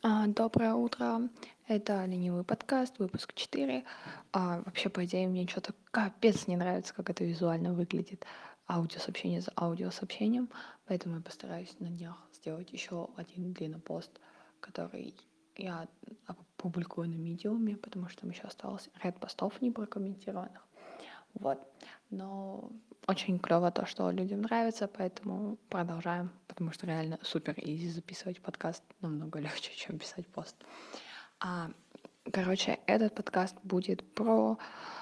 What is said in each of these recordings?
Доброе утро. Это ленивый подкаст, выпуск 4. Вообще, по идее, мне что-то капец не нравится, как это визуально выглядит. Аудиосообщение за аудиосообщением. Поэтому я постараюсь на днях сделать еще один длинный пост, который я опубликую на медиуме, потому что там еще осталось ряд постов не прокомментированных. Вот. Но очень клево то, что людям нравится, поэтому продолжаем, потому что реально супер изи записывать подкаст, намного легче, чем писать пост. А, этот подкаст будет про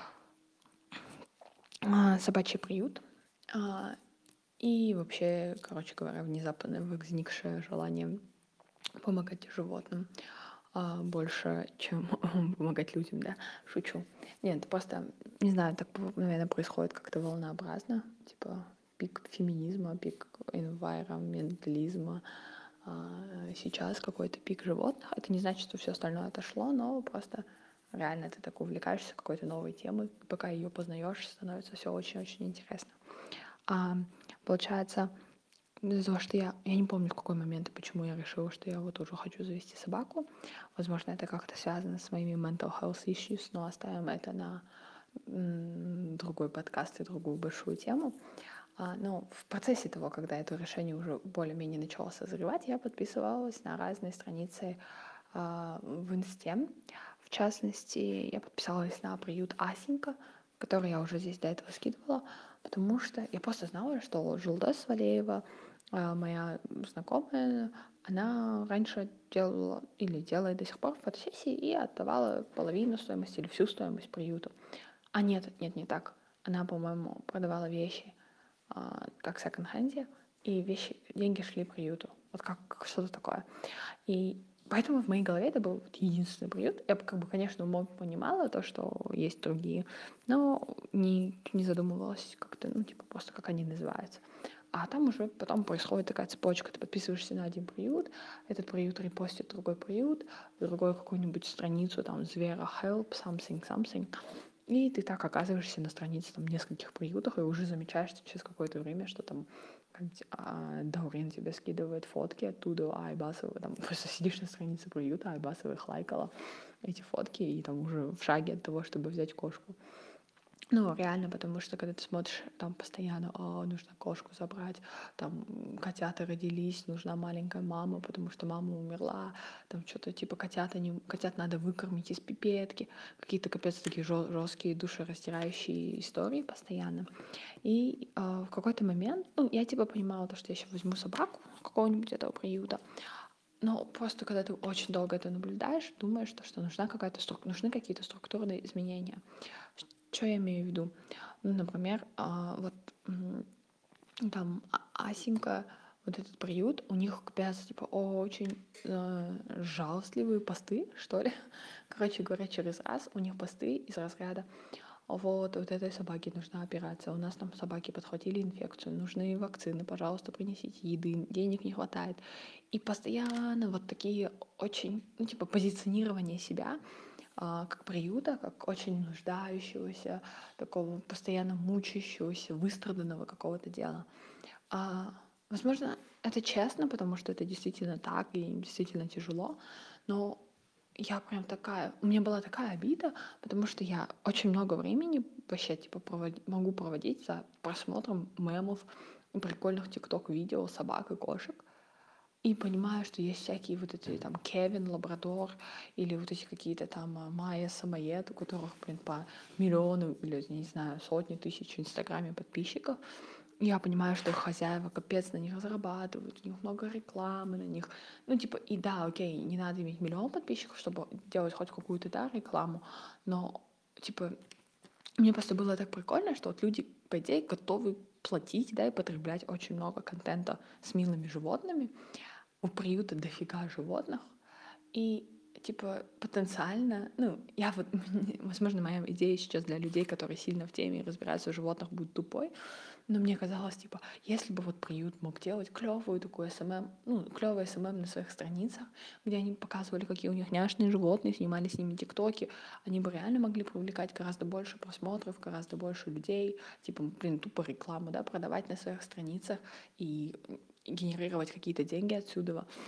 собачий приют. А, и вообще, короче говоря, внезапно возникшее желание помогать животным больше, чем помогать людям, да, шучу. Нет, просто, не знаю, так, наверное, происходит как-то волнообразно, типа пик феминизма, пик энвайроментализма, сейчас какой-то пик животных. Это не значит, что все остальное отошло, но просто реально ты так увлекаешься какой-то новой темой, пока ее познаешь, становится все очень-очень интересно. А, Получается, из-за того, что я не помню, в какой момент и почему я решила, что я вот уже хочу завести собаку. Возможно, это как-то связано с моими mental health issues, но оставим это на другой подкаст и другую большую тему. Но в процессе того, когда это решение уже более-менее начало созревать, я подписывалась на разные страницы в Инсте. В частности, я подписалась на приют Асенька, который я уже здесь до этого скидывала, потому что я просто знала, что Жулдас Валеева, моя знакомая, она раньше делала или делает до сих пор фотосессии и отдавала половину стоимости или всю стоимость приюту. Нет, не так. Она, по-моему, продавала вещи как в секонд-хенде, и деньги шли приюту. Вот как что-то такое. И поэтому в моей голове это был вот единственный приют. Я, как бы, конечно, умом понимала то, что есть другие, но не задумывалась как-то, ну, типа, просто как они называются. А там уже потом происходит такая цепочка. Ты подписываешься на один приют, этот приют репостит другой какую-нибудь страницу, там, Звера Help, something. И ты так оказываешься на странице там нескольких приютов и уже замечаешь через какое-то время, что там Даурен тебе скидывает фотки оттуда, а Айбасова, там просто сидишь на странице приюта, а Айбасова их лайкала эти фотки, и там уже в шаге от того, чтобы взять кошку. Ну, реально, потому что когда ты смотришь, там постоянно, нужно кошку забрать, там котята родились, нужна маленькая мама, потому что мама умерла, там что-то типа котят надо выкормить из пипетки, какие-то капец такие жесткие, душераздирающие истории постоянно. И в какой-то момент, ну, я типа понимала то, что я сейчас возьму собаку какого-нибудь этого приюта, но просто когда ты очень долго это наблюдаешь, думаешь, что нужны какие-то структурные изменения. Что я имею в виду? Ну, например, там Асенька, вот этот приют, у них капец, типа, очень жалостливые посты, что ли. Короче говоря, через раз у них посты из разряда вот этой собаке нужна операция, у нас там собаки подхватили инфекцию, нужны вакцины, пожалуйста, принесите еды, денег не хватает. И постоянно вот такие очень, ну, типа, позиционирование себя как приюта, как очень нуждающегося, такого постоянно мучающегося, выстраданного какого-то дела. А, Возможно, это честно, потому что это действительно так и им действительно тяжело, но я прям такая, у меня была такая обида, потому что я очень много времени вообще типа могу проводить за просмотром мемов, прикольных тикток-видео собак и кошек, и понимаю, что есть всякие вот эти там Кевин, Лабрадор, или вот эти какие-то там Майя, Самоед, у которых, блин, по миллиону или, не знаю, сотни тысяч в Инстаграме подписчиков. Я понимаю, что их хозяева капец на них зарабатывают, у них много рекламы на них. Ну, типа, и да, окей, не надо иметь миллион подписчиков, чтобы делать хоть какую-то, да, рекламу, но, типа, мне просто было так прикольно, что вот люди, по идее, готовы платить, да, и потреблять очень много контента с милыми животными. У приюта дофига животных. И, типа, потенциально, ну, я вот, возможно, моя идея сейчас для людей, которые сильно в теме и разбираются в животных, будет тупой, но мне казалось, типа, если бы вот приют мог делать клевую такую СММ, ну, клевый СММ на своих страницах, где они показывали, какие у них няшные животные, снимали с ними тиктоки, они бы реально могли привлекать гораздо больше просмотров, гораздо больше людей, типа, блин, тупо рекламу, да, продавать на своих страницах и генерировать какие-то деньги отсюда.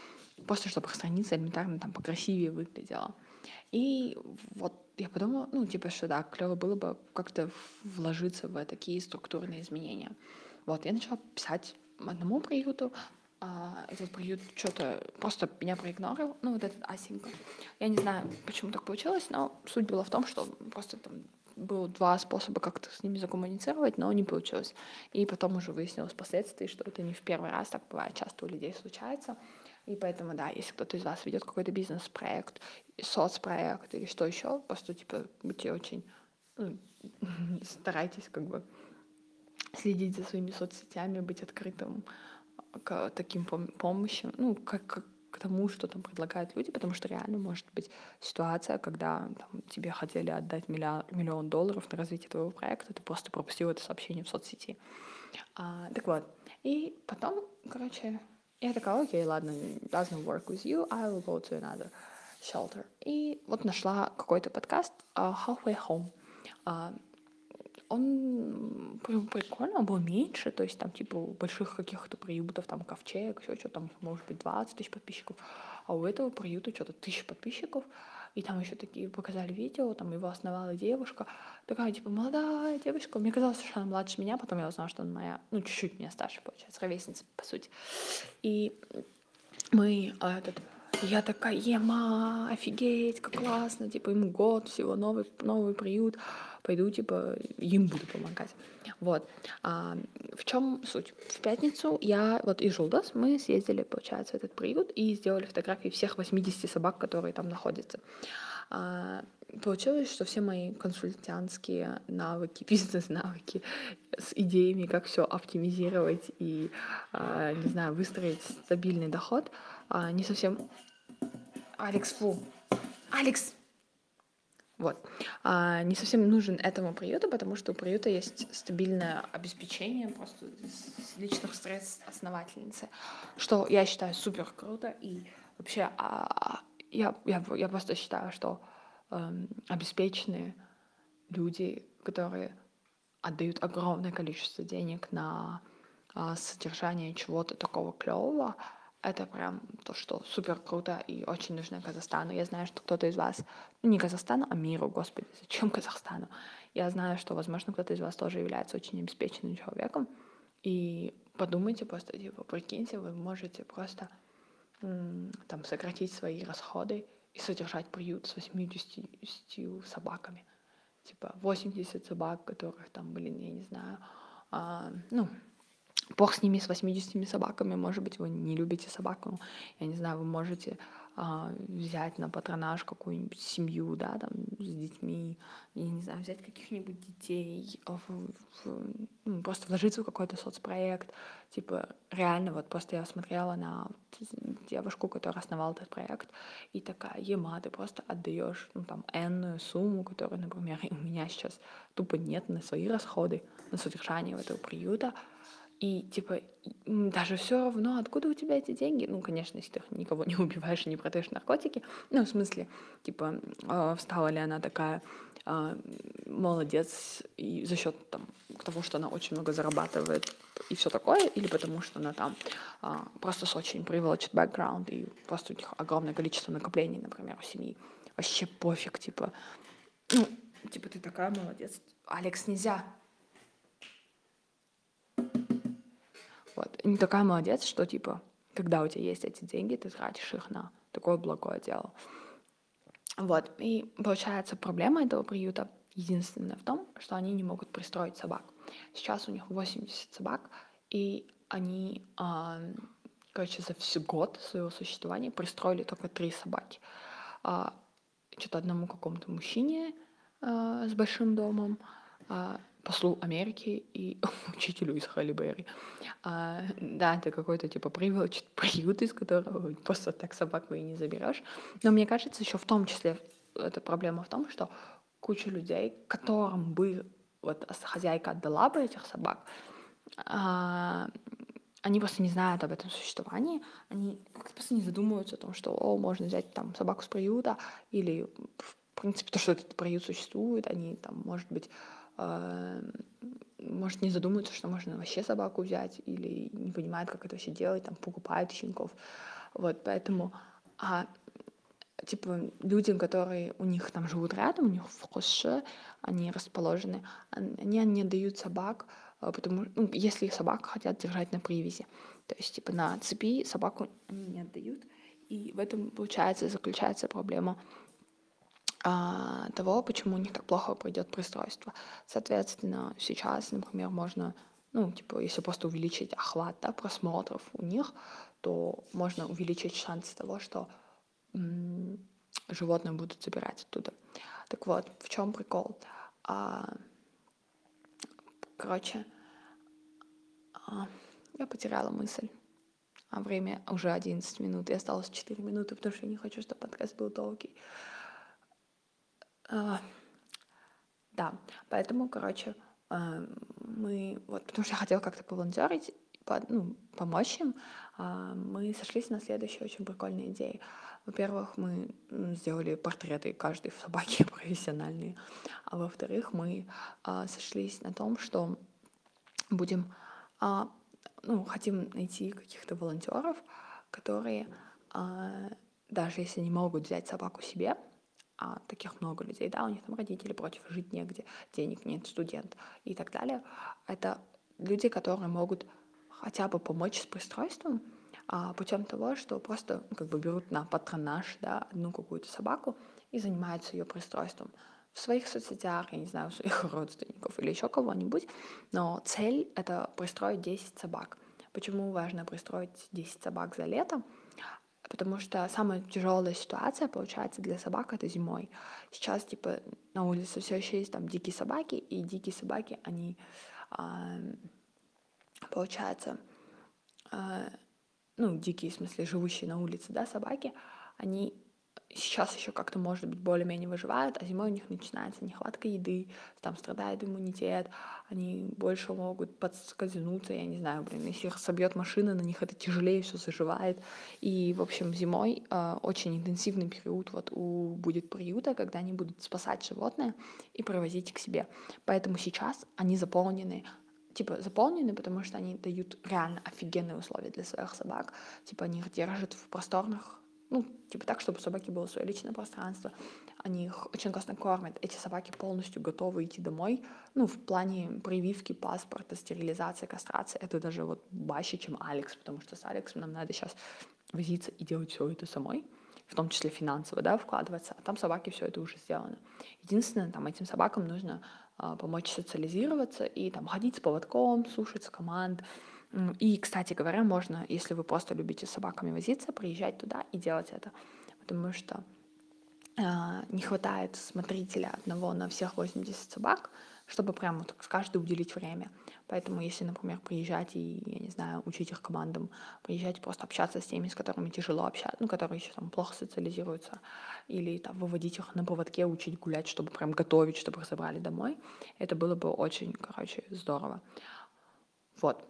просто чтобы их страница элементарно там покрасивее выглядела. И вот я подумала, ну, типа, что да, клево было бы как-то вложиться в такие структурные изменения. Вот, я начала писать одному приюту, этот приют что-то просто меня проигнорил, ну, вот этот Асенька. Я не знаю, почему так получилось, но суть была в том, что просто там было два способа как-то с ними закоммуницировать, но не получилось. И потом уже выяснилось впоследствии, что это не в первый раз, так бывает, часто у людей случается. И поэтому, да, если кто-то из вас ведет какой-то бизнес-проект, соцпроект или что еще, просто, типа, будьте очень, ну, старайтесь как бы следить за своими соцсетями, быть открытым к таким помощи, ну, как к тому, что там предлагают люди, потому что реально может быть ситуация, когда там, тебе хотели отдать миллион долларов на развитие твоего проекта, ты просто пропустил это сообщение в соцсети. Так вот, и потом, короче, я такая, окей, ладно, doesn't work with you, I will go to another shelter. И вот нашла какой-то подкаст Halfway Home. А, Он прикольно, он был меньше, то есть там типа у больших каких-то приютов, там Ковчег, еще что там, может быть, 20 тысяч подписчиков, а у этого приюта что-то 1000 подписчиков, и там еще такие показали видео, там его основала девушка, такая типа молодая девушка, мне казалось, что она младше меня, потом я узнала, что она моя, ну, чуть-чуть меня старше, получается, ровесница, по сути. И мы, я такая, ема, офигеть, как классно, типа, ему год, всего новый приют, пойду, типа, им буду помогать. Вот. В чем суть? В пятницу я, вот и Жулдас, мы съездили, получается, в этот приют и сделали фотографии всех 80 собак, которые там находятся. Получилось, что все мои консультантские навыки, бизнес-навыки с идеями, как все оптимизировать и, не знаю, выстроить стабильный доход, не совсем... Алекс, фу! Алекс! Вот. Не совсем нужен этому приюту, потому что у приюта есть стабильное обеспечение просто с личных средств основательницы, что я считаю супер круто. И вообще я просто считаю, что обеспеченные люди, которые отдают огромное количество денег на содержание чего-то такого клевого, это прям то, что супер круто и очень нужно Казахстану. Я знаю, что кто-то из вас, ну не Казахстану, а миру, господи, зачем Казахстану? Я знаю, что, возможно, кто-то из вас тоже является очень обеспеченным человеком. И подумайте просто, типа, прикиньте, вы можете просто там сократить свои расходы и содержать приют с 80 собаками. Типа 80 собак, которых там, блин, я не знаю, ну, бог с ними, с 80 собаками, может быть, вы не любите собаку, я не знаю, вы можете взять на патронаж какую-нибудь семью, да, там, с детьми, я не знаю, взять каких-нибудь детей, ну, просто вложиться в какой-то соцпроект, типа, реально, вот просто я смотрела на девушку, которая основала этот проект, и такая, ема, ты просто отдаешь, ну, там, энную сумму, которую, например, у меня сейчас тупо нет на свои расходы, на содержание этого приюта, и, типа, даже все равно, откуда у тебя эти деньги? Ну, конечно, если ты никого не убиваешь и не продаешь наркотики. Ну, в смысле, типа, встала ли она такая молодец и за счет там, того, что она очень много зарабатывает и все такое, или потому что она там просто с очень privileged background и просто у них огромное количество накоплений, например, у семьи. Вообще пофиг, типа, ну, типа, ты такая молодец. Алекс, нельзя. Вот. Не такая молодец, что, типа, когда у тебя есть эти деньги, ты тратишь их на такое благое дело. Вот. И получается, проблема этого приюта единственная в том, что они не могут пристроить собак. Сейчас у них 80 собак, и они, короче, за всю год своего существования пристроили только 3 собаки. Что-то одному какому-то мужчине с большим домом, послу Америки и учителю из Холли Берри. Да, это какой-то типа privileged приют, из которого просто так собак вы и не заберешь. Но мне кажется, еще в том числе эта проблема в том, что куча людей, которым бы вот хозяйка отдала бы этих собак, а, они просто не знают об этом существовании, они просто не задумываются о том, что можно взять там собаку с приюта, или в принципе то, что этот приют существует, они там, может быть, может, не задумываются, что можно вообще собаку взять, или не понимают, как это вообще делать, там покупают щенков. Вот, поэтому, типа, людям, которые у них там живут рядом, у них в Хоше, они расположены, они не дают собак, потому ну, если собак хотят держать на привязи. То есть, типа, на цепи собаку они не отдают. И в этом, получается, заключается проблема того, почему у них так плохо пройдет пристройство. Соответственно, сейчас, например, можно, ну, типа, если просто увеличить охват, да, просмотров у них, то можно увеличить шансы того, что животные будут забирать оттуда. Так вот, в чем прикол? Короче, я потеряла мысль. А время уже 11 минут, и осталось 4 минуты, потому что я не хочу, чтобы подкаст был долгий. Да, поэтому, короче, мы, вот, потому что я хотела как-то поволонтерить, ну, помочь им, мы сошлись на следующей очень прикольной идее. Во-первых, мы сделали портреты каждой собаки профессиональные, а во-вторых, мы сошлись на том, что будем, ну, хотим найти каких-то волонтеров, которые, даже если не могут взять собаку себе, а таких много людей, да, у них там родители против, жить негде, денег нет, студент и так далее. Это люди, которые могут хотя бы помочь с пристройством, путем того, что просто как бы берут на патронаж, да, одну какую-то собаку и занимаются ее пристройством в своих соцсетях, я не знаю, у своих родственников или еще кого-нибудь, но цель — это пристроить 10 собак. Почему важно пристроить 10 собак за лето? Потому что самая тяжелая ситуация, получается, для собак — это зимой. Сейчас, типа, на улице все еще есть там дикие собаки, и дикие собаки, они, получается, ну, дикие, в смысле, живущие на улице, да, собаки, они сейчас еще как-то, может быть, более-менее выживают, а зимой у них начинается нехватка еды, там страдает иммунитет, они больше могут подскользнуться, я не знаю, блин, если их собьет машина, на них это тяжелее все заживает. И, в общем, зимой очень интенсивный период вот будет приюта, когда они будут спасать животное и привозить к себе. Поэтому сейчас они заполнены, типа, заполнены, потому что они дают реально офигенные условия для своих собак. Типа, они их держат в просторных, ну, типа так, чтобы у собаки было свое личное пространство. Они их очень классно кормят. Эти собаки полностью готовы идти домой. Ну, в плане прививки, паспорта, стерилизации, кастрации. Это даже вот баще, чем Алекс, потому что с Алексом нам надо сейчас возиться и делать все это самой, в том числе финансово, да, вкладываться. А там собаки все это уже сделано. Единственное, там этим собакам нужно помочь социализироваться и там ходить с поводком, слушать команд. И, кстати говоря, можно, если вы просто любите с собаками возиться, приезжать туда и делать это. Потому что не хватает смотрителя одного на всех 80 собак, чтобы прямо так с каждой уделить время. Поэтому если, например, приезжать и, я не знаю, учить их командам, приезжать просто общаться с теми, с которыми тяжело общаться, ну, которые еще там плохо социализируются, или там выводить их на поводке, учить гулять, чтобы прям готовить, чтобы их забрали домой, это было бы очень, короче, здорово. Вот.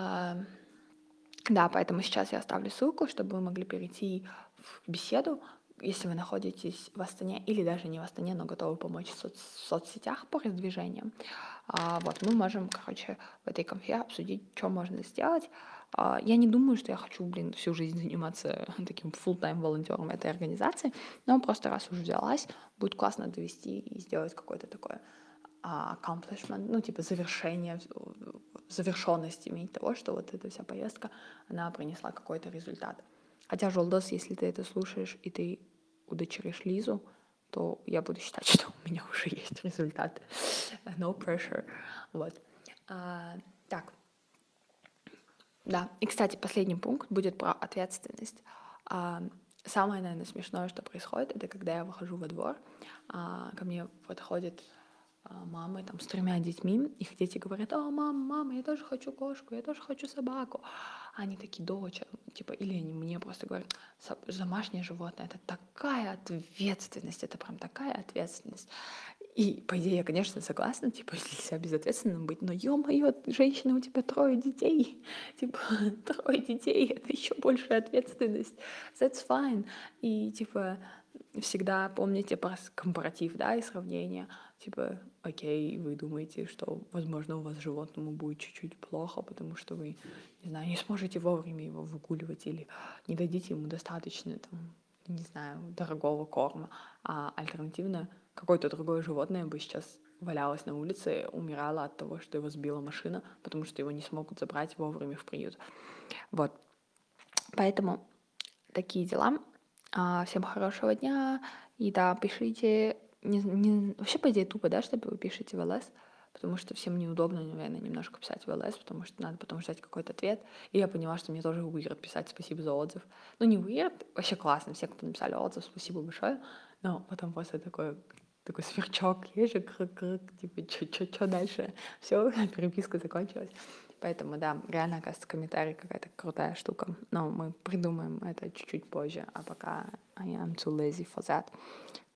Да, поэтому сейчас я оставлю ссылку, чтобы вы могли перейти в беседу, если вы находитесь в Астане или даже не в Астане, но готовы помочь в соцсетях по продвижениям. Вот, мы можем, короче, в этой конфе обсудить, что можно сделать. Я не думаю, что я хочу, блин, всю жизнь заниматься таким full-time волонтером этой организации, но просто раз уже взялась, будет классно довести и сделать какое-то такое accomplishment, ну, типа завершение, завершенность иметь того, что вот эта вся поездка, она принесла какой-то результат. Хотя, Жолдос, если ты это слушаешь и ты удочеришь Лизу, то я буду считать, что у меня уже есть результат. No pressure. Вот. Так. Да. И, кстати, последний пункт будет про ответственность. Самое, наверное, смешное, что происходит, это когда я выхожу во двор, ко мне подходит мамы там с 3 детьми, их дети говорят: мама, я тоже хочу кошку, я тоже хочу собаку. Они такие: доча, типа, или они мне просто говорят: домашнее животное — это такая ответственность, это прям такая ответственность. И, по идее, я, конечно, согласна, типа, нельзя безответственным быть, но, ё-моё, женщина, у тебя 3 детей, типа, 3 детей — это еще большая ответственность, that's fine. И, типа, всегда помните про компаратив, да, и сравнение. типа, окей, вы думаете, что, возможно, у вас животному будет чуть-чуть плохо, потому что вы, не знаю, не сможете вовремя его выгуливать или не дадите ему достаточно, там, не знаю, дорогого корма, а альтернативно какое-то другое животное бы сейчас валялось на улице, умирало от того, что его сбила машина, потому что его не смогут забрать вовремя в приют. Вот. Поэтому такие дела. Всем хорошего дня. И да, пишите. Вообще, по идее, тупо, да, что вы пишете в ЛС, потому что всем неудобно, наверное, немножко писать в ЛС, потому что надо потом ждать какой-то ответ. И я поняла, что мне тоже weird писать спасибо за отзыв. Ну, не weird, вообще классно, все, кто написали отзыв, спасибо большое. Но потом после такой сверчок, есть же крык, типа, что дальше? Все, переписка закончилась. Поэтому, да, реально, оказывается, комментарий какая-то крутая штука. Но мы придумаем это чуть-чуть позже, а пока I am too lazy for that.